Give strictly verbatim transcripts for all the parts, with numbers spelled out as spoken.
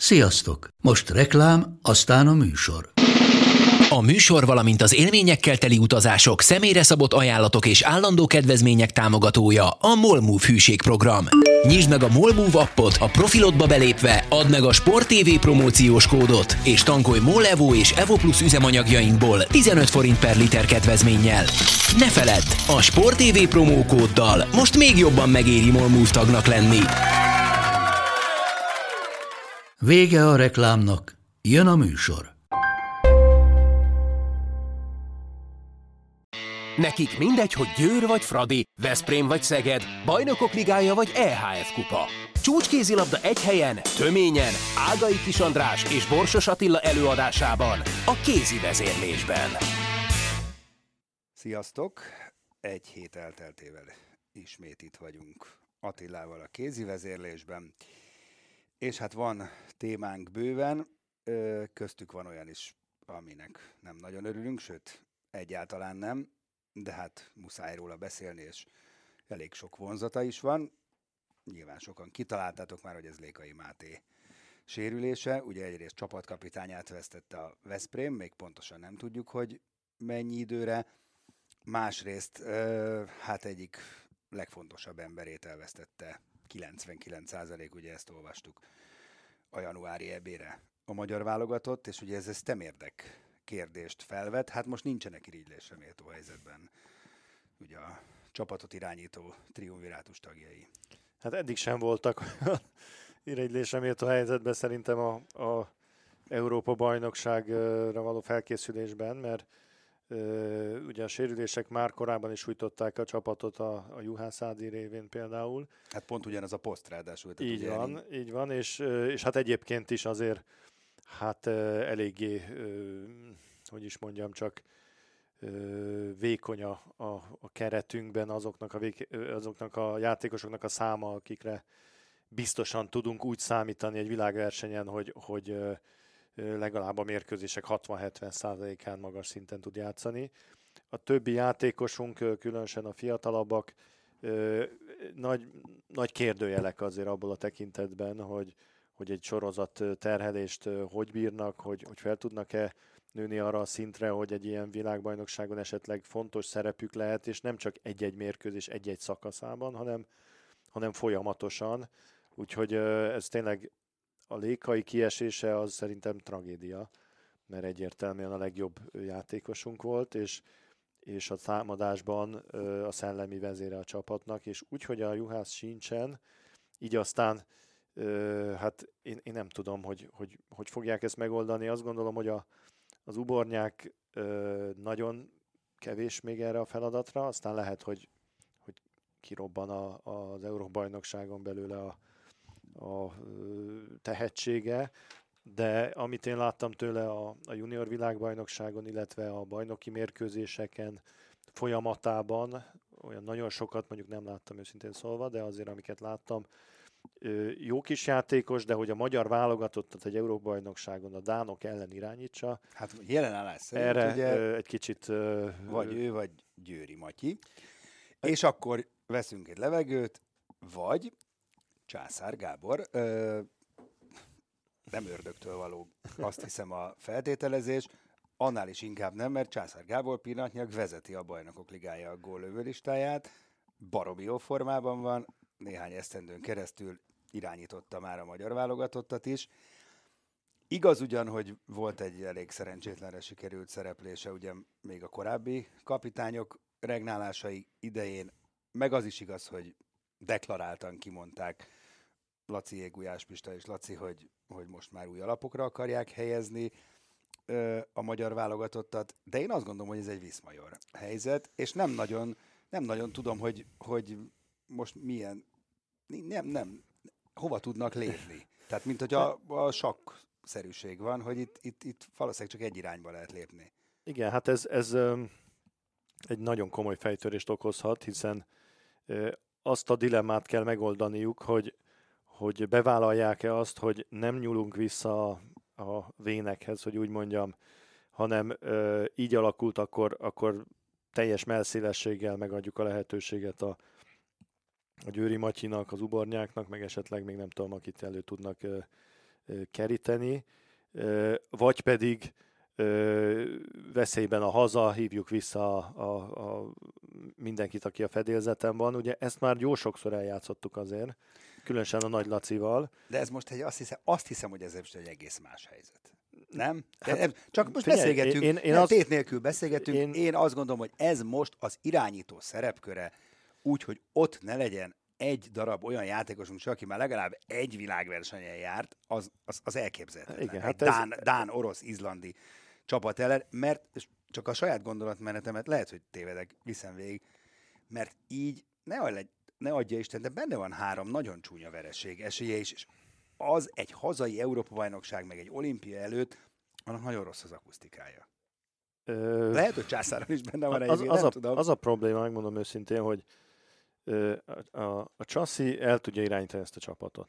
Sziasztok! Most reklám, aztán a műsor. A műsor, valamint az élményekkel teli utazások, személyre szabott ajánlatok és állandó kedvezmények támogatója a MOLMOVE hűségprogram. Nyisd meg a MOLMOVE appot, a profilodba belépve add meg a Sport té vé promóciós kódot, és tankolj MOL Evo és Evo Plus üzemanyagjainkból tizenöt forint per liter kedvezménnyel. Ne feledd, a Sport té vé promókóddal most még jobban megéri MOLMOVE tagnak lenni. Vége a reklámnak, jön a műsor. Nekik mindegy, hogy Győr vagy Fradi, Veszprém vagy Szeged, Bajnokok Ligája vagy é há ef kupa. Csúcskézilabda egy helyen, töményen, Ágai Kis András és Borsos Attila előadásában, a kézi vezérlésben. Sziasztok! Egy hét elteltével ismét itt vagyunk Attilával a kézi vezérlésben. És hát van témánk bőven, köztük van olyan is, aminek nem nagyon örülünk, sőt, egyáltalán nem, de hát muszáj róla beszélni, és elég sok vonzata is van. Nyilván sokan kitaláltátok már, hogy ez Lékai Máté sérülése. Ugye egyrészt csapatkapitányát vesztette a Veszprém, még pontosan nem tudjuk, hogy mennyi időre. Másrészt hát egyik legfontosabb emberét elvesztette, kilencvenkilenc százalék, ugye ezt olvastuk a januári ebére a magyar válogatott, és ugye ez, ez temérdek kérdést felvet. Hát most nincsenek irigylésre méltó helyzetben ugye a csapatot irányító triumvirátus tagjai. Hát eddig sem voltak irigylésre méltó helyzetben szerintem a, a Európa-bajnokságra való felkészülésben, mert Uh, ugye a sérülések már korábban is sújtották a csapatot a, a Juhász Ádi révén például. Hát pont ugyanaz a poszt ráadásul. Így van, elég... így van, és, és hát egyébként is azért hát eléggé, hogy is mondjam, csak vékony a, a, a keretünkben azoknak a, vék, azoknak a játékosoknak a száma, akikre biztosan tudunk úgy számítani egy világversenyen, hogy, hogy legalább a mérkőzések hatvan-hetven százalékán magas szinten tud játszani. A többi játékosunk, különösen a fiatalabbak, nagy, nagy kérdőjelek azért abból a tekintetben, hogy, hogy egy sorozat terhelést hogy bírnak, hogy, hogy fel tudnak-e nőni arra a szintre, hogy egy ilyen világbajnokságon esetleg fontos szerepük lehet, és nem csak egy-egy mérkőzés egy-egy szakaszában, hanem, hanem folyamatosan. Úgyhogy ez tényleg a Lékai kiesése az szerintem tragédia, mert egyértelműen a legjobb játékosunk volt, és, és a támadásban a szellemi vezére a csapatnak, és úgy, hogy a Juhász sincsen, így aztán hát én, én nem tudom, hogy, hogy hogy fogják ezt megoldani. Azt gondolom, hogy a, az ubornyák nagyon kevés még erre a feladatra, aztán lehet, hogy, hogy kirobban a, az Európa-bajnokságon belőle a a tehetsége, de amit én láttam tőle a, a junior világbajnokságon, illetve a bajnoki mérkőzéseken folyamatában, olyan nagyon sokat mondjuk nem láttam őszintén szólva, de azért amiket láttam, jó kis játékos, de hogy a magyar válogatottat egy Európa-bajnokságon a dánok ellen irányítsa. Hát jelen állás szerint erre ugye egy kicsit... Vagy ő, vagy Győri Matyi. És akkor veszünk egy levegőt, vagy Császár Gábor, ö, nem ördögtől való, azt hiszem a feltételezés, annál is inkább nem, mert Császár Gábor pillanatnyilag vezeti a Bajnokok Ligája a góllövő listáját, baromi jó formában van, néhány esztendőn keresztül irányította már a magyar válogatottat is. Igaz ugyan, hogy volt egy elég szerencsétlenre sikerült szereplése, ugye még a korábbi kapitányok regnálásai idején, meg az is igaz, hogy deklaráltan kimondták Laci Gulyás Pista és Laci, hogy, hogy most már új alapokra akarják helyezni ö, a magyar válogatottat, de én azt gondolom, hogy ez egy viszmajor helyzet, és nem nagyon, nem nagyon tudom, hogy, hogy most milyen, nem, nem, hova tudnak lépni. Tehát, mint hogy a, a sakk-szerűség van, hogy itt, itt, itt valószínűleg csak egy irányba lehet lépni. Igen, hát ez, ez ö, egy nagyon komoly fejtörést okozhat, hiszen ö, azt a dilemmát kell megoldaniuk, hogy, hogy bevállalják-e azt, hogy nem nyúlunk vissza a, a vénekhez, hogy úgy mondjam, hanem ö, így alakult, akkor, akkor teljes mellszélességgel megadjuk a lehetőséget a, a Győri Matyinak, az ubornyáknak, meg esetleg még nem tudom, akit elő tudnak ö, keríteni, vagy pedig veszélyben a haza, hívjuk vissza a, a, a mindenkit, aki a fedélzeten van. Ugye ezt már jó sokszor eljátszottuk azért, különösen a Nagy Lacival. De ez most egy, azt hiszem, azt hiszem hogy ez most egy egész más helyzet. Nem? Hát, Csak most figyelj, beszélgetünk, én, én nem, az... tét nélkül beszélgetünk. Én... én azt gondolom, hogy ez most az irányító szerepköre úgy, hogy ott ne legyen egy darab olyan játékosunk, csak aki már legalább egy világversenyen járt, az, az, az elképzelhetetlen. Igen, egy hát dán, ez... dán, orosz, izlandi csapat ellen, mert csak a saját gondolatmenetemet lehet, hogy tévedek, viszem végig, mert így ne, adj, ne adja Isten, de benne van három nagyon csúnya vereség esélye is, és az egy hazai Európa-bajnokság, meg egy olimpia előtt, annak nagyon rossz az akusztikája. Ö... Lehet, hogy Császáron is benne van az, egy, az, nem a, tudom. az a probléma, megmondom őszintén, hogy ö, a, a, a Chassi el tudja irányítani ezt a csapatot.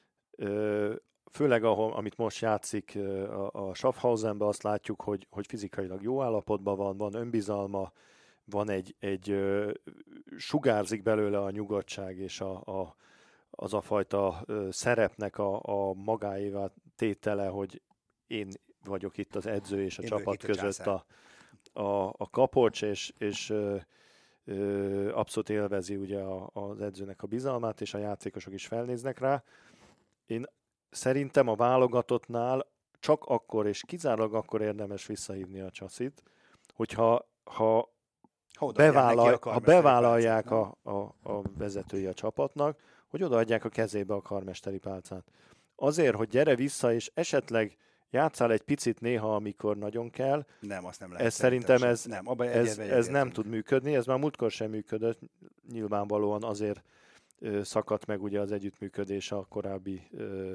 Ö, főleg, ahol, amit most játszik a, a Schaffhausenben, azt látjuk, hogy, hogy fizikailag jó állapotban van, van önbizalma, van egy, egy ö, sugárzik belőle a nyugodtság és a, a, az a fajta ö, szerepnek a, a magáévá tétele, hogy én vagyok itt az edző és a én csapat között a, a, a, a kapocs, és, és ö, ö, abszolút élvezi ugye a, az edzőnek a bizalmát, és a játékosok is felnéznek rá. Én szerintem a válogatottnál csak akkor és kizárólag akkor érdemes visszahívni a Chassit, hogyha ha Bevállal, ha bevállalják a, a, a vezetői a csapatnak, hogy odaadják a kezébe a karmesteri pálcát. Azért, hogy gyere vissza, és esetleg játszál egy picit néha, amikor nagyon kell. Nem, azt nem lehet. Ez szerintem ez, nem, ez, ez nem tud működni, ez már múltkor sem működött, nyilvánvalóan azért ö, szakadt meg ugye az együttműködés a korábbi ö,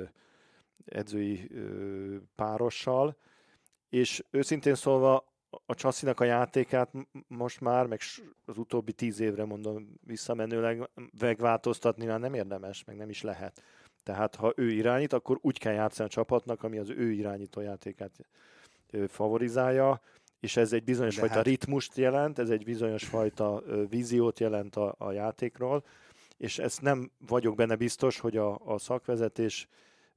edzői ö, párossal, és őszintén szólva a Chassinak a játékát most már, meg az utóbbi tíz évre mondom visszamenőleg megváltoztatni már nem érdemes, meg nem is lehet. Tehát ha ő irányít, akkor úgy kell játszani a csapatnak, ami az ő irányító játékát favorizálja, és ez egy bizonyos De fajta hát... ritmust jelent, ez egy bizonyos fajta víziót jelent a, a játékról, és ezt nem vagyok benne biztos, hogy a, a szakvezetés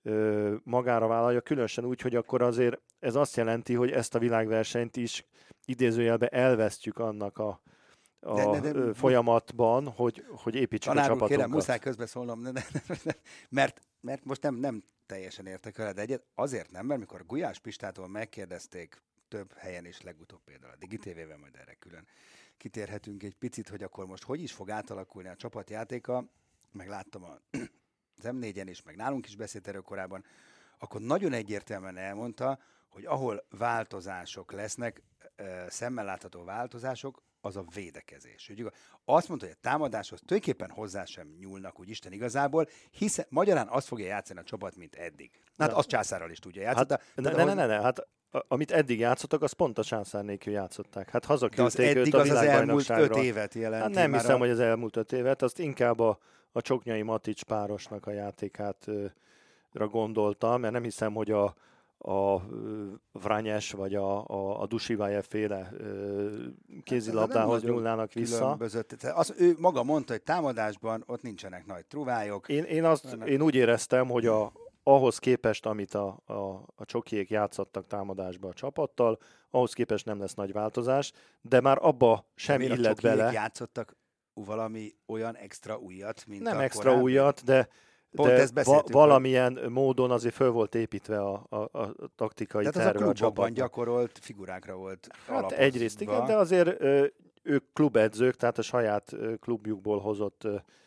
magára vállalja, különösen úgy, hogy akkor azért ez azt jelenti, hogy ezt a világversenyt is idézőjelben elvesztjük annak a, a de, de, de, folyamatban, hogy, hogy építsük a csapatunkat. Kérem, muszáj közbeszólnom, ne, ne, ne, ne, mert, mert most nem, nem teljesen értek veled egyet. Azért nem, mert mikor Gulyás Pistától megkérdezték több helyen, és legutóbb például a DigiTV-ben, majd erre külön kitérhetünk egy picit, hogy akkor most hogy is fog átalakulni a csapatjátéka, meg láttam a az em négyen is, meg nálunk is beszélt erről korábban, akkor nagyon egyértelműen elmondta, hogy ahol változások lesznek, szemmel látható változások, az a védekezés. Úgy, azt mondta, hogy a támadáshoz tulajdonképpen hozzá sem nyúlnak, úgy Isten igazából, hiszen magyarán azt fogja játszani a csapat, mint eddig. Hát azt Császárral is tudja játszani. Hát, ne, ne, ne, ne, ne, hát amit eddig játszottak, az pont a Császár nélkül játszották. Hát hazaküldték őt a világbajnokságra. Az öt évet jelenti. Hát nem hiszem, a... hogy az elmúlt öt évet, azt inkább a, a Csoknyai Matics párosnak a játékátra gondoltam, mert nem hiszem, hogy a, a Vranyes vagy a, a, a Dusivajev féle kézilabdához nyúlnának vissza. Az, ő maga mondta, hogy támadásban ott nincsenek nagy truvályok. Én, én, azt, én úgy éreztem, hogy a ahhoz képest, amit a, a, a csokiék játszottak támadásba a csapattal, ahhoz képest nem lesz nagy változás, de már abba sem illet a bele. A játszottak valami olyan extra újat, mint nem a extra korábbi. újat, de, de va, valamilyen hogy... módon azért föl volt építve a, a, a taktikai terve a csapatnak. Tehát az a klubokban gyakorolt figurákra volt hát alapozva. Egyrészt igen, de azért ők klubedzők, tehát a saját klubjukból hozott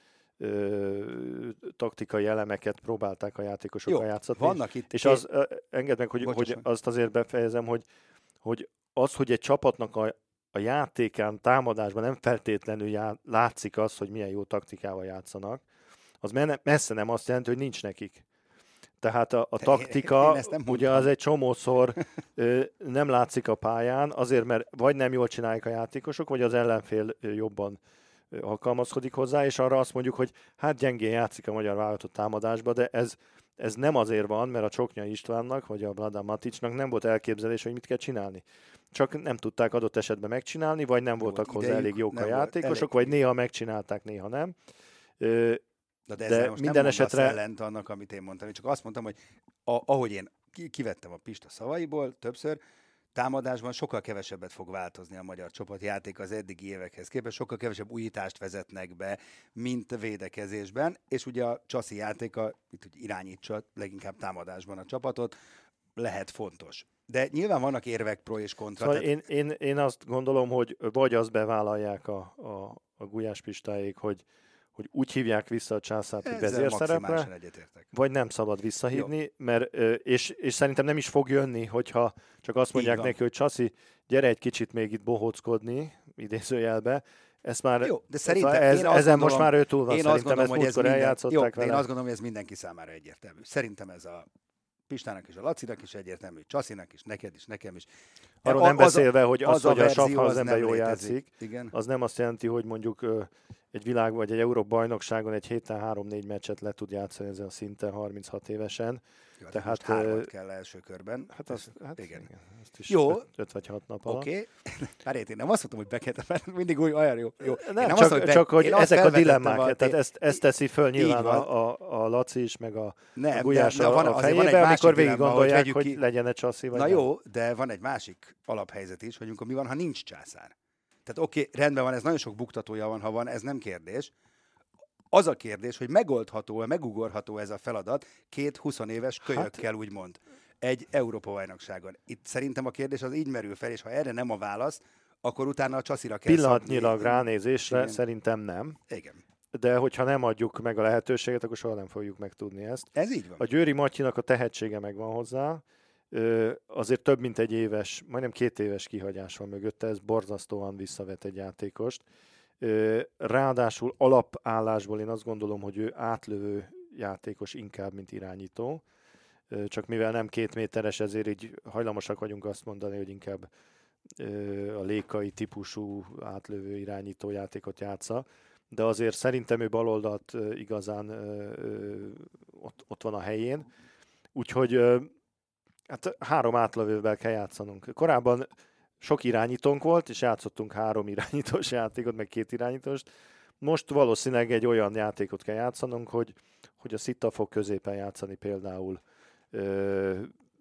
Ö, taktikai elemeket próbálták a játékosokkal játszatni. Vannak itt és az, ö, engedd meg, hogy, hogy azt azért befejezem, hogy, hogy az, hogy egy csapatnak a, a játékán, támadásban nem feltétlenül já, látszik az, hogy milyen jó taktikával játszanak, az messze nem azt jelenti, hogy nincs nekik. Tehát a, a taktika, én, én ugye az egy csomószor ö, nem látszik a pályán, azért, mert vagy nem jól csinálják a játékosok, vagy az ellenfél jobban alkalmazkodik hozzá, és arra azt mondjuk, hogy hát gyengén játszik a magyar válogatott támadásba, de ez, ez nem azért van, mert a Csoknyai Istvánnak, vagy a Vladan Maticsnak nem volt elképzelés, hogy mit kell csinálni. Csak nem tudták adott esetben megcsinálni, vagy nem voltak hozzá elég jók a játékosok, vagy néha megcsinálták, néha nem. De, de, De ezzel most minden nem esetre... mondasz ellent annak, amit én mondtam. Én csak azt mondtam, hogy a, ahogy én kivettem a Pista szavaiból többször, támadásban sokkal kevesebbet fog változni a magyar csapatjáték az eddigi évekhez képest, sokkal kevesebb újítást vezetnek be, mint védekezésben, és ugye a Csaszi játéka, itt hogy irányítsa leginkább támadásban a csapatot, lehet fontos. De nyilván vannak érvek pro és kontra. Szóval tehát... én, én, én azt gondolom, hogy vagy azt bevállalják a, a, a Gulyás Pistáék, hogy, hogy úgy hívják vissza a Császárt, hogy vezérszerepre, vagy nem szabad visszahívni, jó. mert és, és szerintem nem is fog jönni, hogyha csak azt mondják neki, hogy Csaszi, gyere egy kicsit még itt bohóckodni, idézőjelbe. Ezt már, jó, de szerintem ez, én ezen gondolom, most már ő túl van, én szerintem gondolom, ezt hogy ez múltkor minden, eljátszották jó, vele. én azt gondolom, hogy ez mindenki számára egyértelmű. Szerintem ez a Pistának és a Lacinak is egyértelmű, Csaszinak is, neked is, nekem is. Arról a, nem beszélve, az, hogy az, az hogy a a Schaffhausenben jól létezik. játszik, Igen. az nem azt jelenti, hogy mondjuk egy világ vagy egy Európa-bajnokságon egy héten három-négy meccset le tud játszani ezen a szinten harminchat évesen. Jó, tehát most hármat kell első körben. Hát, az, hát igen. igen. Azt is jó. öt, öt vagy hat nap alatt. Oké. Okay. Várját, én nem azt mondtam, hogy beketem, mert mindig úgy olyan jó. jó. Nem, nem csak, azt, hogy be, csak hogy ezek a dilemmák, a, tehát ezt, ezt teszi föl nyilván a, a, a Laci is, meg a, nem, a Gulyás de, de van, a fejébe, fejébe, amikor végig dilemma, gondolják, hogy, hogy ki... legyen egy Csaszi vagy Na nem. jó, de van egy másik alaphelyzet is, hogy amikor mi van, ha nincs Császár. Tehát oké, okay, rendben van, ez nagyon sok buktatója van, ha van, ez nem kérdés. Az a kérdés, hogy megoldható-e, megugorható ez a feladat két huszonéves kölyökkel, hát... úgymond, egy Európa-bajnokságon. Itt szerintem a kérdés az így merül fel, és ha erre nem a válasz, akkor utána a Csaszira kell Pillanatnyilag szabni. ránézésre Igen. Szerintem nem. Igen. De hogyha nem adjuk meg a lehetőséget, akkor soha nem fogjuk megtudni ezt. Ez így van. A Győri Matyinak a tehetsége megvan hozzá. Ö, azért több mint egy éves, majdnem két éves kihagyás van mögötte, ez borzasztóan visszavet egy játékost. Ö, ráadásul alapállásból én azt gondolom, hogy ő átlövő játékos inkább, mint irányító. Ö, csak mivel nem két méteres, ezért így hajlamosak vagyunk azt mondani, hogy inkább ö, a lékai típusú átlövő irányító játékot játsza. De azért szerintem ő baloldalt ö, igazán ö, ö, ott, ott van a helyén. Úgyhogy ö, hát három átlövővel kell játszanunk. Korábban sok irányítónk volt, és játszottunk három irányítós játékot, meg két irányítóst. Most valószínűleg egy olyan játékot kell játszanunk, hogy, hogy a Szitta fog középen játszani például ö,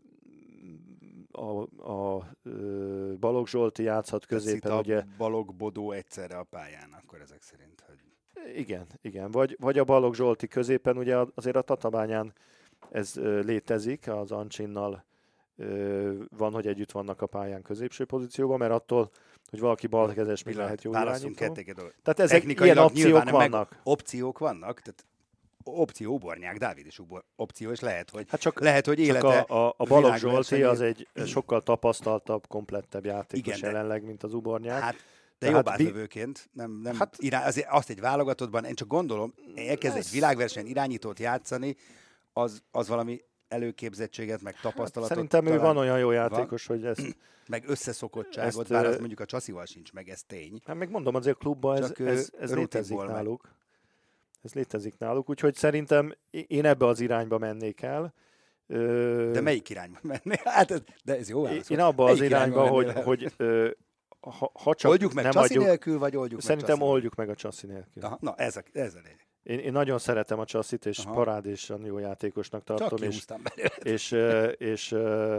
a, a ö, Balogh Zsolti játszhat középen. Ugye, Balogh Bodó egyszerre a pályán, akkor ezek szerint. Hogy... Igen, igen. Vagy, vagy a Balogh Zsolti középen, ugye azért a Tatabányán ez ö, létezik, az Ancsinnal ö, van, hogy együtt vannak a pályán középső pozícióban, mert attól, hogy valaki balkezes, mi lehet jó irányító. Tehát ezek ilyen opciók vannak. Opciók vannak, tehát opció Ubornyák, Dávid is ubor, opció, és lehet, hogy, hát csak, lehet, hogy élete... Csak a, a, a Balogh Zsolti az egy sokkal tapasztaltabb, komplettebb játékos igen, jelenleg, mint az Ubornyák. Hát, de jobb átlövőként, nem, nem hát, irány, azért azt egy válogatottban, én csak gondolom, elkezd ez... egy világverseny irányítót játszani, az, az valami előképzettséget, meg tapasztalatot. Hát, szerintem ő van olyan jó játékos, van, hogy ezt... meg összeszokottságot, ezt, bár az mondjuk a Csaszival sincs meg, ez tény. Hát meg mondom, azért a klubban ez, ez, ez létezik náluk. Meg. Ez létezik náluk, úgyhogy szerintem én ebbe az irányba mennék el. De melyik irányba mennél? Hát, de ez jó válasz. Én abba az irányba, irányba hogy, hogy ö, ha, ha csak oldjuk meg nem Csaszi adjuk, nélkül, vagy oldjuk szerintem meg oldjuk meg a Csaszi nélkül. Aha, na, ez a, ez a lényeg. Én, én nagyon szeretem a Csasszit, és aha, parádésan jó játékosnak tartom. Csak és, és, és, és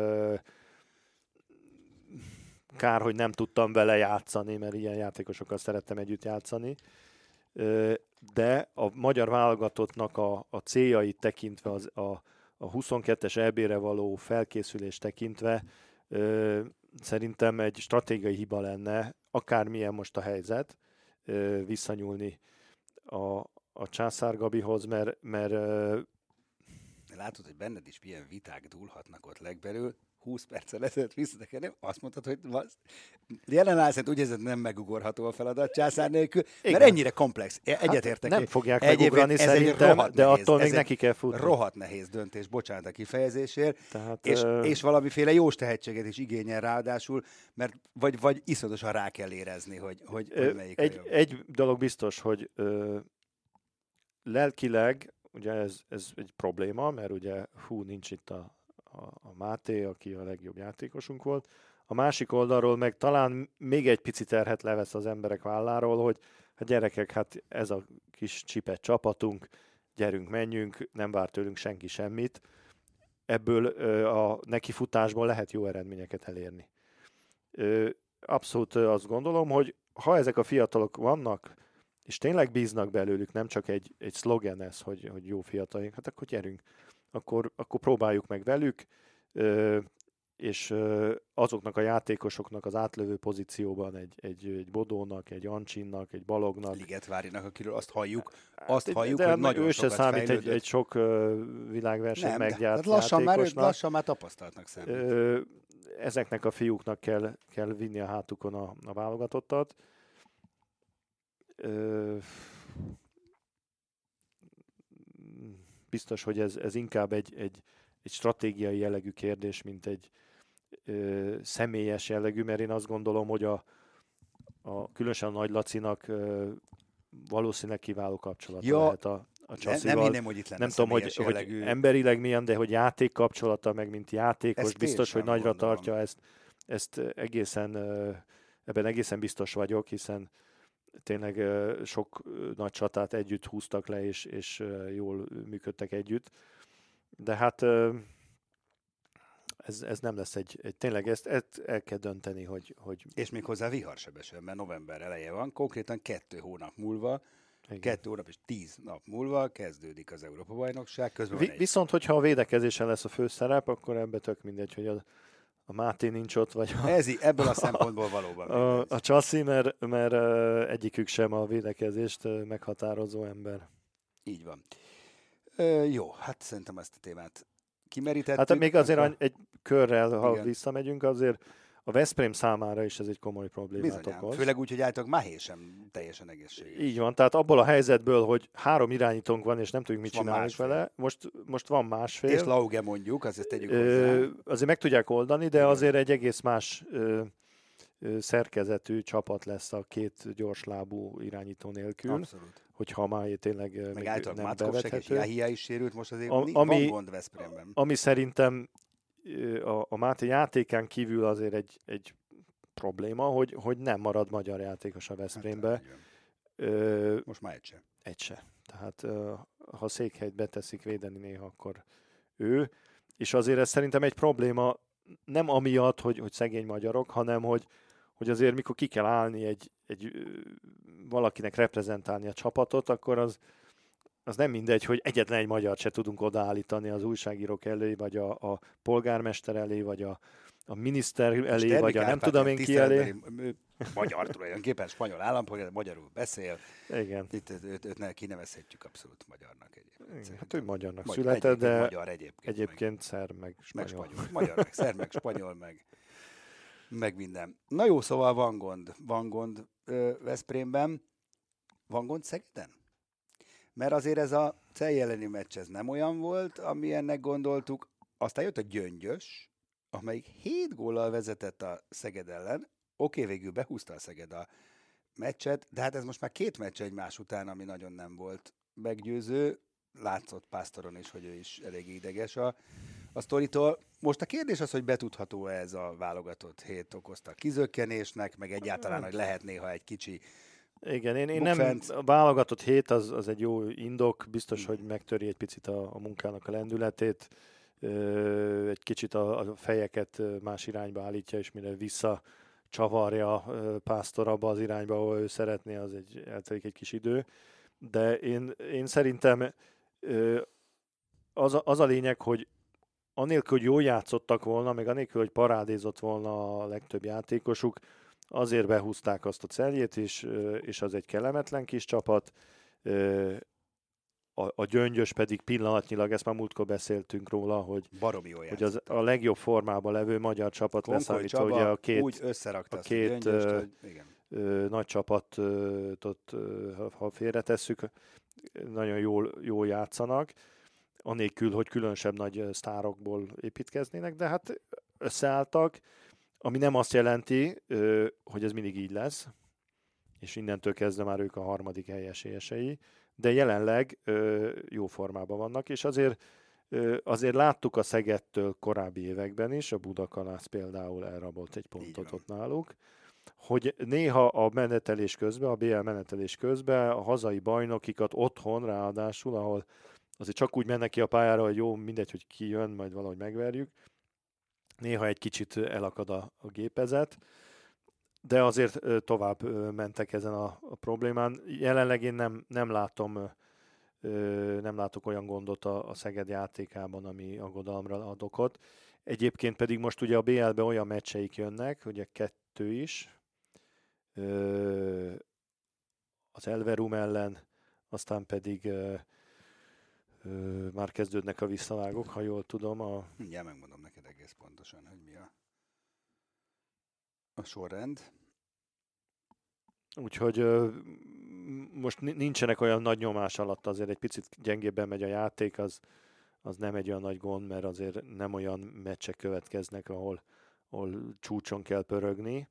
kár, hogy nem tudtam vele játszani, mert ilyen játékosokkal szerettem együtt játszani. De a magyar válogatottnak a, a céljait tekintve, az, a, a huszonkettes é bé-re való felkészülés tekintve ö, szerintem egy stratégiai hiba lenne, akármilyen most a helyzet, ö, visszanyúlni a, a Császár Gabihoz, mert... mert ö, látod, hogy benned is milyen viták dúlhatnak ott legbelül, húsz perccel ezelőtt visszatekerni, azt mondtad, hogy jelen állsz, úgy érzed, nem megugorható a feladat Császár nélkül, igen, mert ennyire komplex. Egyetértek. Hát nem fogják megugrani szerintem, de nehéz, attól még neki kell futni. Rohadt nehéz döntés, bocsánat a kifejezésért, tehát, és, ö... és valamiféle jós tehetséget is igényel ráadásul, mert vagy, vagy iszonyatosan rá kell érezni, hogy, hogy, ö, hogy melyik egy, a jobb. Egy dolog biztos, hogy ö, lelkileg, ugye ez, ez egy probléma, mert ugye hú, nincs itt a A, a Máté, aki a legjobb játékosunk volt. A másik oldalról meg talán még egy pici terhet levesz az emberek válláról, hogy hát gyerekek, hát ez a kis csipet csapatunk, gyerünk, menjünk, nem vár tőlünk senki semmit. Ebből a nekifutásból lehet jó eredményeket elérni. Abszolút azt gondolom, hogy ha ezek a fiatalok vannak, és tényleg bíznak belőlük, nem csak egy, egy szlogen ez, hogy, hogy jó fiatalink, hát akkor gyerünk. Akkor, akkor próbáljuk meg velük, és azoknak a játékosoknak az átlövő pozícióban egy, egy, egy Bodónak, egy Ancsinnak, egy Balognak. Ligetvárinak, akiről azt halljuk, azt de, halljuk, de hogy nagyon ő sokat se számít fejlődött. egy, egy sok világverseny meggyárt lassan játékosnak. már, lassan már tapasztaltnak számít. Ezeknek a fiúknak kell, kell vinni a hátukon a, a válogatottat. Ö, biztos, hogy ez, ez inkább egy, egy, egy stratégiai jellegű kérdés, mint egy ö, személyes jellegű, mert én azt gondolom, hogy a, a különösen a Nagy Lacinak ö, valószínűleg kiváló kapcsolata ja, lehet a, a Csasszival. Nem hinném, hogy itt lenne nem tudom, hogy, jellegű... hogy emberileg milyen, de hogy játék kapcsolata, meg mint játékos, ezt biztos, hogy nagyra gondolom. tartja ezt. Ezt egészen, ebben egészen biztos vagyok, hiszen tényleg sok nagy csatát együtt húztak le, és, és jól működtek együtt. De hát ez, ez nem lesz egy, egy tényleg ezt, ezt el kell dönteni, hogy... hogy... És még hozzá viharsebesen, mert november eleje van, konkrétan kettő hónap múlva, igen. kettő hónap és tíz nap múlva kezdődik az Európa-bajnokság. Közben Vi, egy... Viszont, hogyha a védekezésen lesz a főszerep, akkor ebbe tök mindegy, hogy a A Máté nincs ott, vagy a, Ez ebből a szempontból valóban. A, a Csassi, mert, mert egyikük sem a védekezést meghatározó ember. Így van. Ö, jó, hát szerintem ezt a témát kimerítettük. Hát még azért akkor... egy körrel, ha igen. visszamegyünk, azért a Veszprém számára is ez egy komoly problémát Bizonyám. okoz. Főleg úgy, hogy állítólag Mahé sem teljesen egészséges. Így van, tehát abból a helyzetből, hogy három irányítónk van, és nem tudjuk, mit csinálni vele, most, most van másfél. És Lauge mondjuk, azért tegyük ö, hozzá. Azért meg tudják oldani, de igen. azért egy egész más ö, ö, szerkezetű csapat lesz a két gyorslábú irányító nélkül. Abszolút. Hogyha Mahé tényleg meg még általában nem Matkov bevethető. és Jahia is sérült, most azért A, ami, ami, van gond Veszprémben. Ami szerintem a, a Máté játékán kívül azért egy, egy probléma, hogy, hogy nem marad magyar játékos a Veszprémbe. Hát, Ö, most már egy se. Egy se. Tehát ö, ha Székhelyt beteszik védeni néha, akkor ő. És azért ez szerintem egy probléma, nem amiatt, hogy, hogy szegény magyarok, hanem hogy, hogy azért mikor ki kell állni egy, egy ö, valakinek reprezentálni a csapatot, akkor az, az nem mindegy, hogy egyetlen egy magyart se tudunk odaállítani az újságírók elé, vagy a, a polgármester elé, vagy a a miniszter elé, vagy a nem tudom én ki elé. Magyar tulajdonképpen, spanyol állampolgár, magyarul beszél. Igen. Itt őt, őt ne, kinevezhetjük abszolút magyarnak egyébként. Igen, hát ő magyarnak magyar, született, de magyar egyébként, egyébként meg, szerb, meg spanyol. Meg spanyol. Magyar, meg szerb, meg spanyol, meg, meg minden. Na jó, szóval van gond. Van gond ö, Veszprémben. Van gond Szegeden? Mert azért ez a Celje elleni meccs ez nem olyan volt, amilyennek gondoltuk. Aztán jött a Gyöngyös, amelyik hét góllal vezetett a Szeged ellen. Oké, végül behúzta a Szeged a meccset, de hát ez most már két meccs egymás után, ami nagyon nem volt meggyőző. Látszott Pásztoron is, hogy ő is elég ideges a, a sztoritól. Most a kérdés az, hogy betudható ez a válogatott hét okozta a kizökkenésnek, meg egyáltalán, hogy lehet néha egy kicsi Igen, én, én nem, a válogatott hét az, az egy jó indok, biztos, hogy megtöri egy picit a, a munkának a lendületét, egy kicsit a, a fejeket más irányba állítja, és mire visszacsavarja Pásztor abba az irányba, ahol ő szeretné, az egy, eltelik egy kis idő. De én, én szerintem az a, az a lényeg, hogy anélkül, hogy jól játszottak volna, meg anélkül, hogy parádézott volna a legtöbb játékosuk, azért behúzták azt a Celjét is, és az egy kellemetlen kis csapat. A, a Gyöngyös pedig pillanatnyilag, ezt már múltkor beszéltünk róla, hogy, hogy az a legjobb formában levő magyar csapat leszámítva, ugye a két, úgy összerakta a két a Gyöngyöst, hogy igen. Ö, nagy csapatot, ha, ha félretesszük, nagyon jól, jól játszanak, anélkül, hogy különösebb nagy sztárokból építkeznének, de hát összeálltak, ami nem azt jelenti, hogy ez mindig így lesz, és innentől kezdve már ők a harmadik hely esélyesei, de jelenleg jó formában vannak, és azért, azért láttuk a Szegedtől korábbi években is, a Budakalász például elrabolt egy pontot ott náluk, hogy néha a menetelés közben, a bé el menetelés közben a hazai bajnokikat otthon ráadásul, ahol azért csak úgy mennek ki a pályára, hogy jó, mindegy, hogy ki jön, majd valahogy megverjük. Néha egy kicsit elakad a, a gépezet, de azért tovább mentek ezen a, a problémán. Jelenleg én nem, nem látom, nem látok olyan gondot a, a Szeged játékában, ami aggodalomra ad okot. Egyébként pedig most ugye a bé el-be olyan meccseik jönnek, ugye kettő is, az Elverum ellen, aztán pedig már kezdődnek a visszavágók, ha jól tudom. A... Mindjárt megmondom neked egész pontosan, hogy mi a, a sorrend. Úgyhogy most nincsenek olyan nagy nyomás alatt, azért egy picit gyengébben megy a játék, az, az nem egy olyan nagy gond, mert azért nem olyan meccsek következnek, ahol, ahol csúcson kell pörögni.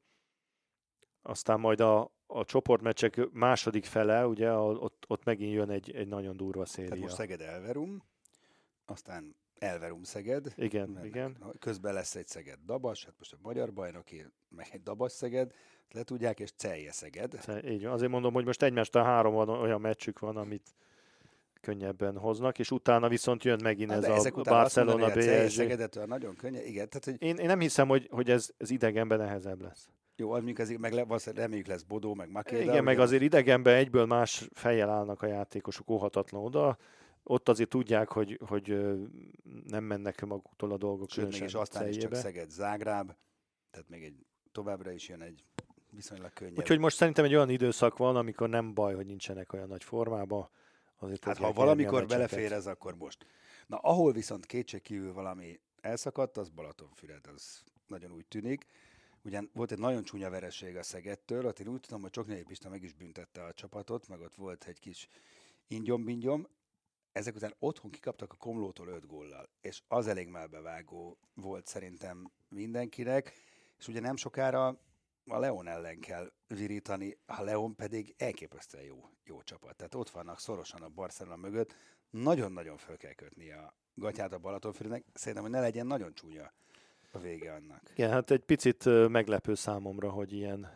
Aztán majd a, a csoportmeccsek második fele, ugye, a, ott, ott megint jön egy, egy nagyon durva széria. Tehát most Szeged Elverum, aztán Elverum Szeged. Igen, igen. Közben lesz egy Szeged Dabas, hát most a magyar bajnoki, meg egy Dabas Szeged, le tudják, és Celje Szeged. Így van. Azért mondom, hogy most egymástán három olyan meccsük van, amit könnyebben hoznak, és utána viszont jön megint Na, ez a Barcelona bé es gé. Szegedetől nagyon könnyű, igen. Tehát, hogy... én, én nem hiszem, hogy, hogy ez, ez idegenben nehezebb lesz. Jó, az mondjuk azért, meg le, reméljük lesz Bodó, meg Makéda. Igen, meg azért idegenben egyből más fejjel állnak a játékosok óhatatlan oda. Ott azért tudják, hogy, hogy nem mennek maguktól a dolgok. Sőt, még és aztán is csak Szeged Zágráb, tehát még egy, továbbra is jön egy viszonylag könnyebb. Úgyhogy most szerintem egy olyan időszak van, amikor nem baj, hogy nincsenek olyan nagy formában. Azért hát ha valamikor belefér ez, akkor most. Na, ahol viszont kétségkívül valami elszakadt, az Balatonfüred, az nagyon úgy tűnik. Ugyan volt egy nagyon csúnya vereség a Szegedtől, ott én úgy tudom, hogy Csoknyai Pista meg is büntette a csapatot, meg ott volt egy kis ingyom-bingyom. Ezek után otthon kikaptak a Komlótól öt góllal, és az elég melbevágó volt szerintem mindenkinek, és ugye nem sokára a León ellen kell virítani, a León pedig elképesztően jó, jó csapat. Tehát ott vannak szorosan a Barcelona mögött, nagyon-nagyon föl kell kötni a gatyát a Balatonfürednek, szerintem, hogy ne legyen nagyon csúnya a vége annak. Igen, hát egy picit meglepő számomra, hogy ilyen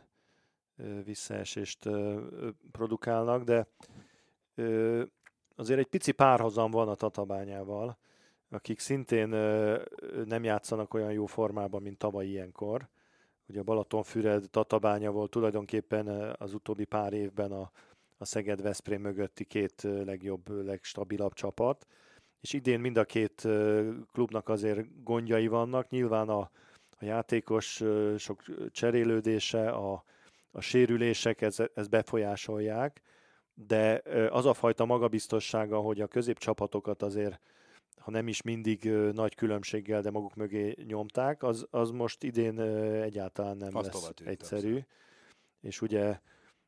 visszaesést produkálnak, de azért egy pici párhuzam van a Tatabányával, akik szintén nem játszanak olyan jó formában, mint tavaly ilyenkor. Ugye a Balatonfüred, Tatabánya volt tulajdonképpen az utóbbi pár évben a, a Szeged-Veszprém mögötti két legjobb, legstabilabb csapat. És idén mind a két klubnak azért gondjai vannak. Nyilván a, a játékos sok cserélődése, a, a sérülések ez, ez befolyásolják, de az a fajta magabiztossága, hogy a középcsapatokat azért, ha nem is mindig nagy különbséggel, de maguk mögé nyomták, az, az most idén egyáltalán nem Azt lesz egyszerű. Abszolút. És ugye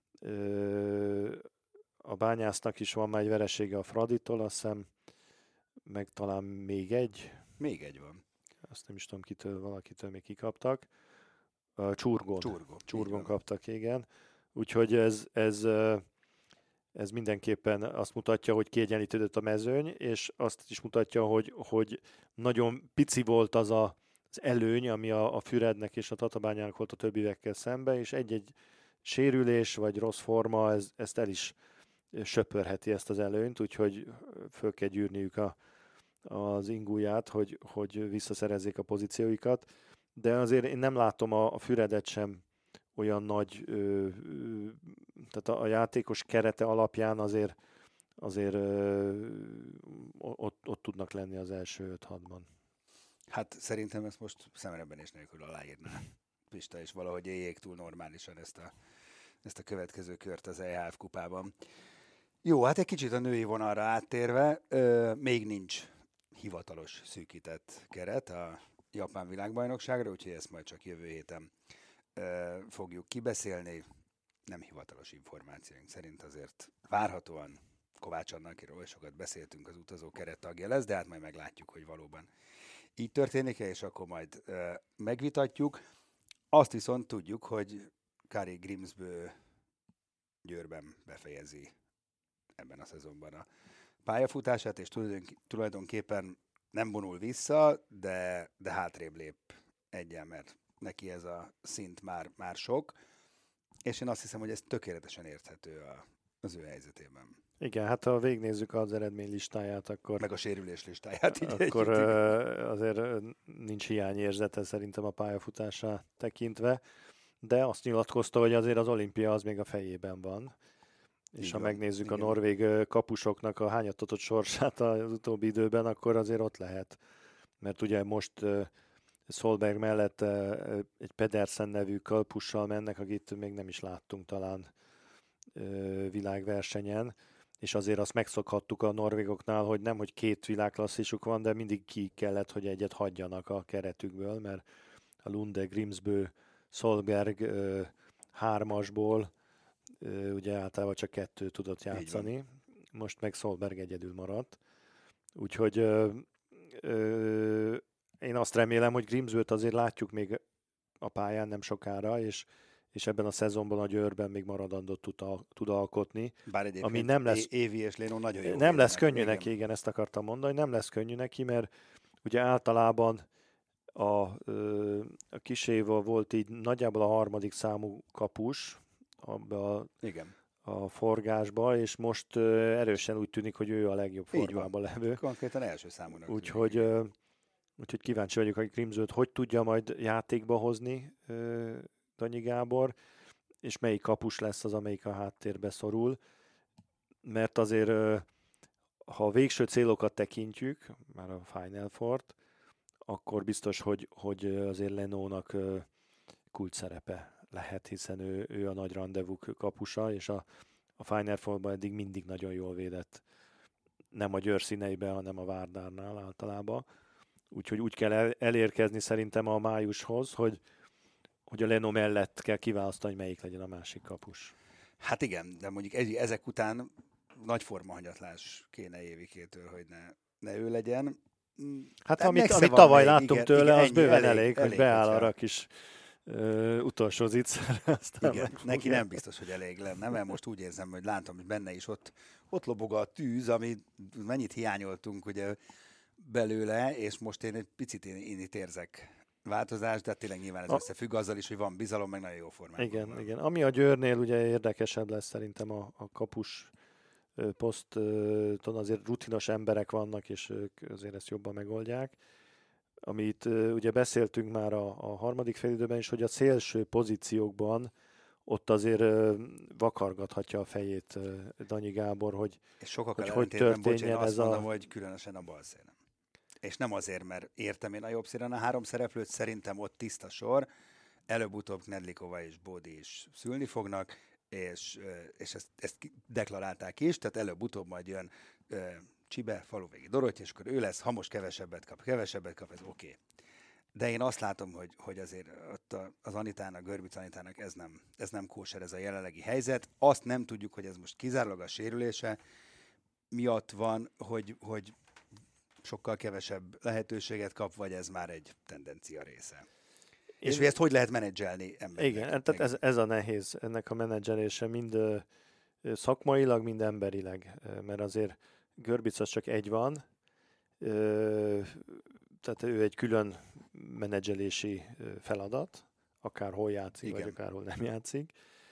a Bányásznak is van már egy veresége a Fraditól, azt hiszem, meg talán még egy. Még egy van. Azt nem is tudom, kitől, valakitől még kikaptak. Csurgon. Csurgon. Csurgon kaptak, igen. Úgyhogy ez, ez, ez mindenképpen azt mutatja, hogy kiegyenlítődött a mezőny, és azt is mutatja, hogy, hogy nagyon pici volt az a, az előny, ami a, a Fürednek és a Tatabányának volt a többiekkel szemben, és egy-egy sérülés vagy rossz forma, ez, ezt el is söpörheti ezt az előnyt, úgyhogy föl kell gyűrniük a, az ingúját, hogy, hogy visszaszerezzék a pozícióikat. De azért én nem látom a, a Füredet sem olyan nagy, ö, ö, tehát a, a játékos kerete alapján azért, azért ö, ott, ott tudnak lenni az első öt-hatban. Hát szerintem ezt most szemrebenés nélkül aláírná Pista, és valahogy éljék túl normálisan ezt a, ezt a következő kört az é há ef kupában. Jó, hát egy kicsit a női vonalra áttérve, ö, még nincs hivatalos szűkített keret a japán világbajnokságra, úgyhogy ezt majd csak jövő héten ö, fogjuk kibeszélni. Nem hivatalos információink szerint azért várhatóan Kovács Anna, akiről sokat beszéltünk, az utazó keret tagja lesz, de hát majd meglátjuk, hogy valóban így történik-e, és akkor majd ö, megvitatjuk. Azt viszont tudjuk, hogy Kari Grimsbø Győrben befejezi ebben a szezonban a pályafutását, és tulajdonképpen nem vonul vissza, de, de hátrébb lép egyen, mert neki ez a szint már, már sok. és én azt hiszem, hogy ez tökéletesen érthető a, az ő helyzetében. Igen, hát ha végignézzük az eredmény listáját, akkor... Meg a sérülés listáját. Így akkor együtt, azért nincs hiányérzete szerintem a pályafutását tekintve, de azt nyilatkozta, hogy azért az olimpia az még a fejében van. És így ha van, megnézzük igen. a norvég kapusoknak a hányattatott sorsát az utóbbi időben, akkor azért ott lehet. Mert ugye most Solberg mellett egy Pedersen nevű kalpussal mennek, akit még nem is láttunk talán világversenyen, és azért azt megszokhattuk a norvégoknál, hogy nem, hogy két világklasszisuk van, de mindig ki kellett, hogy egyet hagyjanak a keretükből, mert a Lunde, Grimsbø, Solberg hármasból ugye általában csak kettő tudott játszani, most meg Solberg egyedül maradt. Úgyhogy ö, ö, én azt remélem, hogy Grimsbøt azért látjuk még a pályán nem sokára, és, és ebben a szezonban a Győrben még maradandót tud, al- tud alkotni. Bár ami nem lesz, Évi és Léno nagyon jó. Nem lesz könnyű igen. neki, igen, ezt akartam mondani, nem lesz könnyű neki, mert ugye általában a, a Kis Éva volt így nagyjából a harmadik számú kapus abba a, igen. a forgásba, és most erősen úgy tűnik, hogy ő a legjobb formában levő. Konkrétan első számúnak. Úgyhogy, úgyhogy kíváncsi vagyok, hogy Grimsbøt hogy tudja majd játékba hozni Danyi Gábor, és melyik kapus lesz az, amelyik a háttérbe szorul. Mert azért, ha a végső célokat tekintjük, már a Final Four-t, akkor biztos, hogy, hogy azért Lenónak kult szerepe lehet, hiszen ő, ő a nagy rendezvú kapusa, és a, a Final Four-ban eddig mindig nagyon jól védett. Nem a Győr színeiben, hanem a Várdárnál általában. Úgyhogy úgy kell el, elérkezni szerintem a májushoz, hogy, hogy a Leno mellett kell kiválasztani, hogy melyik legyen a másik kapus. Hát igen, de mondjuk egy, ezek után nagy formahanyatlás kéne Évikétől, hogy ne, ne ő legyen. Hát de amit, amit tavaly még, láttunk igen, tőle, igen, az ennyi, bőven elég, elég, hogy elég beáll hogyha... arra a kis ö, utolsó zicser. Igen, neki nem biztos, hogy elég lenne, mert most úgy érzem, hogy látom, hogy benne is ott, ott lobog a tűz, ami mennyit hiányoltunk ugye belőle, és most én egy picit én, én itt érzek változást, de tényleg nyilván ez a... összefügg azzal is, hogy van bizalom, meg nagyon jó formában. Igen, van. igen. Ami a Győrnél ugye érdekesebb lesz szerintem a, a kapus poszton, azért rutinos emberek vannak, és ők azért ezt jobban megoldják. Amit ugye beszéltünk már a, a harmadik félidőben is, hogy a szélső pozíciókban ott azért vakargathatja a fejét Danyi Gábor, hogy és sokakkal hogy, hogy történjen bocs, én ez azt mondom, a... hogy különösen a bal szélen. És nem azért, mert értem én a jobb szélen a három szereplőt, szerintem ott tiszta sor, előbb-utóbb Knedlikova és Bódi is szülni fognak, és, és ezt, ezt deklarálták is, tehát előbb-utóbb majd jön Csibe, Faluvégi Dorottya, és akkor ő lesz, ha most kevesebbet kap, kevesebbet kap, ez oké. Okay. De én azt látom, hogy, hogy azért ott az Anitának, Görbic Anitának ez nem, ez nem kóser, ez a jelenlegi helyzet. Azt nem tudjuk, hogy ez most kizárólag a sérülése miatt van, hogy, hogy sokkal kevesebb lehetőséget kap, vagy ez már egy tendencia része. Én... És hogy ezt hogy lehet menedzselni embernek? Igen, tehát ez, ez a nehéz, ennek a menedzselése mind ö, szakmailag, mind emberileg, mert azért Görbic az csak egy van, ö, tehát ő egy külön menedzselési feladat, akárhol játszik, igen, vagy akárhol nem játszik.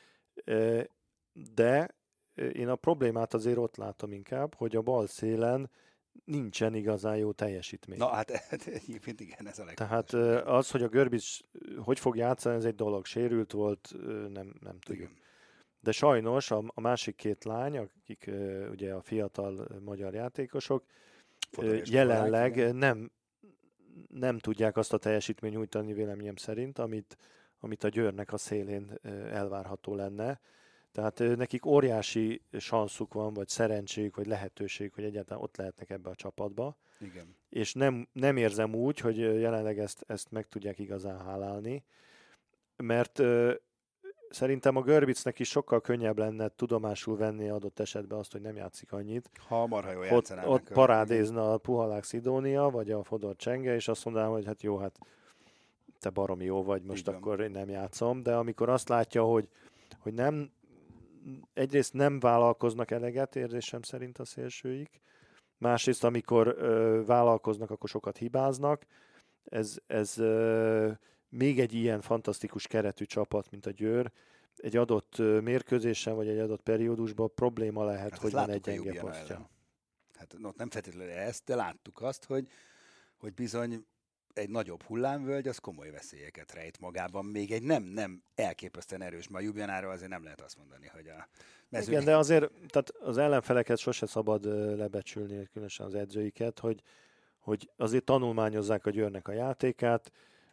De én a problémát azért ott látom inkább, hogy a bal szélen nincsen igazán jó teljesítmény. Na hát egyébként igen, ez a legfontosabb. Tehát az, hogy a Görbic hogy fog játszani, ez egy dolog. Sérült volt, nem, nem tudjuk. Igen. De sajnos a, a másik két lány, akik ugye a fiatal magyar játékosok, Fodor jelenleg korák, nem, nem tudják azt a teljesítményt nyújtani véleményem szerint, amit, amit a Győrnek a szélén elvárható lenne. Tehát nekik óriási sanszuk van, vagy szerencséjük, vagy lehetőség, hogy egyáltalán ott lehetnek ebbe a csapatba. Igen. És nem, nem érzem úgy, hogy jelenleg ezt, ezt meg tudják igazán hálálni, mert ö, szerintem a Görbicnek is sokkal könnyebb lenne tudomásul venni adott esetben azt, hogy nem játszik annyit. Ha marha jól Ott, ott parádézna a Puhalák Szidónia, vagy a Fodor Csenge, és azt mondanám, hogy hát jó, hát te baromi jó vagy, most igen, akkor én nem játszom. De amikor azt látja, hogy, hogy nem, egyrészt nem vállalkoznak eleget, érzésem szerint a szélsőik, másrészt amikor ö, vállalkoznak, akkor sokat hibáznak. Ez, ez ö, még egy ilyen fantasztikus keretű csapat, mint a Győr, egy adott mérkőzésen, vagy egy adott periódusban probléma lehet, Hát hogy van egy gyenge posztja. Hát no, nem feltétlenül ezt, de láttuk azt, hogy, hogy bizony egy nagyobb hullámvölgy, az komoly veszélyeket rejt magában. Még egy nem, nem elképesztően erős, ma a Ljubljanáról azért nem lehet azt mondani, hogy a mezőny... Igen, de azért tehát az ellenfeleket sose szabad lebecsülni, különösen az edzőiket, hogy, hogy azért tanulmányozzák a Győrnek a játékát,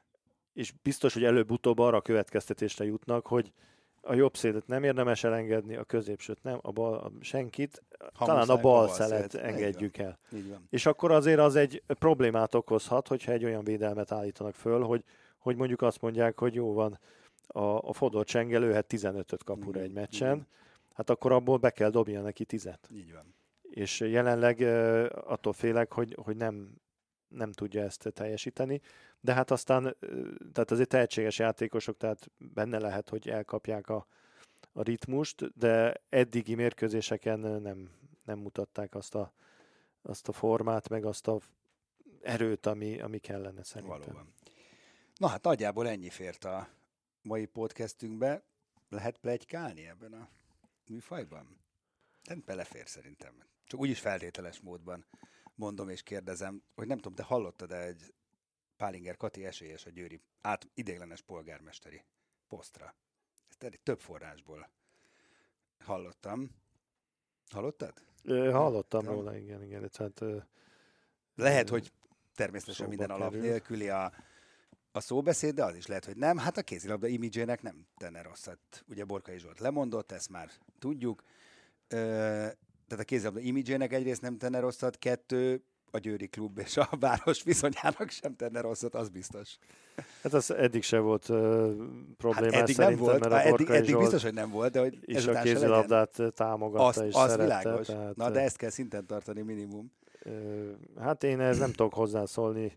és biztos, hogy előbb-utóbb arra a következtetésre jutnak, hogy a jobb szélet nem érdemes elengedni, a középsőt nem, a bal, a senkit, ha talán a bal szelet engedjük el. Így van. És akkor azért az egy problémát okozhat, hogyha egy olyan védelmet állítanak föl, hogy, hogy mondjuk azt mondják, hogy jó van, a, a Fodor Csenge lőhet tizenötöt kapura Mm, egy meccsen, mm. hát akkor abból be kell dobnia neki tízet. Így van. És jelenleg uh, attól félek, hogy, hogy nem, nem tudja ezt teljesíteni, de hát aztán, uh, tehát azért tehetséges játékosok, tehát benne lehet, hogy elkapják a, a ritmust, de eddigi mérkőzéseken nem, nem mutatták azt a, azt a formát, meg azt a erőt, ami, ami kellene szerintem. Valóban. Na hát nagyjából ennyi fért a mai podcastünkbe. Lehet pletykálni ebben a műfajban? Nem belefér szerintem. Csak úgyis feltételes módban mondom és kérdezem, hogy nem tudom, te hallottad-e egy Pálinger Kati esélyes a győri át ideiglenes polgármesteri posztra? Ezt több forrásból hallottam. Hallottad? Ö, hallottam Nem. róla, igen, igen. Tehát, ö, Lehet, hogy természetesen szóba minden alap kerül. nélküli a, a szóbeszéd, de az is lehet, hogy nem. Hát a kézilabda imidzsének nem tenne rosszat. Ugye Borkai Zsolt lemondott, ezt már tudjuk. Ö, tehát a kézilabda imidzsének egyrészt nem tenne rosszat, kettő, a Győri klub és a város viszonyának sem tenne rosszat, az biztos. hát az eddig se volt uh, problémás Hát eddig szerintem, nem volt, mert a eddig, Borkai eddig Zsolt biztos, hogy nem volt, de hogy és a ezután se legyen. kézilabdát támogatta Azt, és az szerette. világos. Tehát, Na, de ezt kell szinten tartani minimum. ö, hát én ehhez nem tudok hozzászólni.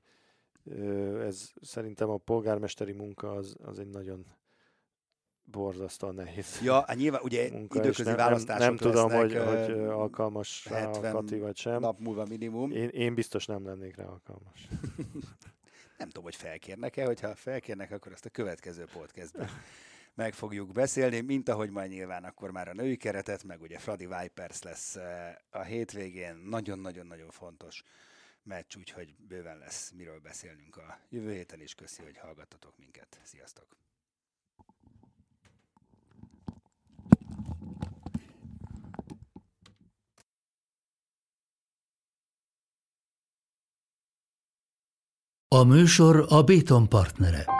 Ö, ez szerintem a polgármesteri munka az, az egy nagyon borzasztóan nehéz Ja, hát nyilván ugye munka, és időközi nem, választások nem, nem tudom, lesznek, hogy, ö, hogy ö, alkalmas rá a hetven Kati vagy sem. nap múlva minimum. Én, én biztos nem lennék rá alkalmas. Nem tudom, hogy felkérnek-e, hogyha felkérnek, akkor ezt a következő podcastben meg fogjuk beszélni, mint ahogy majd nyilván akkor már a női keretet, meg ugye Fradi Vipers lesz a hétvégén, nagyon-nagyon-nagyon fontos meccs, úgyhogy bőven lesz miről beszélnünk a jövő héten is. Köszi, hogy hallgattatok minket. Sziasztok! A műsor a Béton partnere.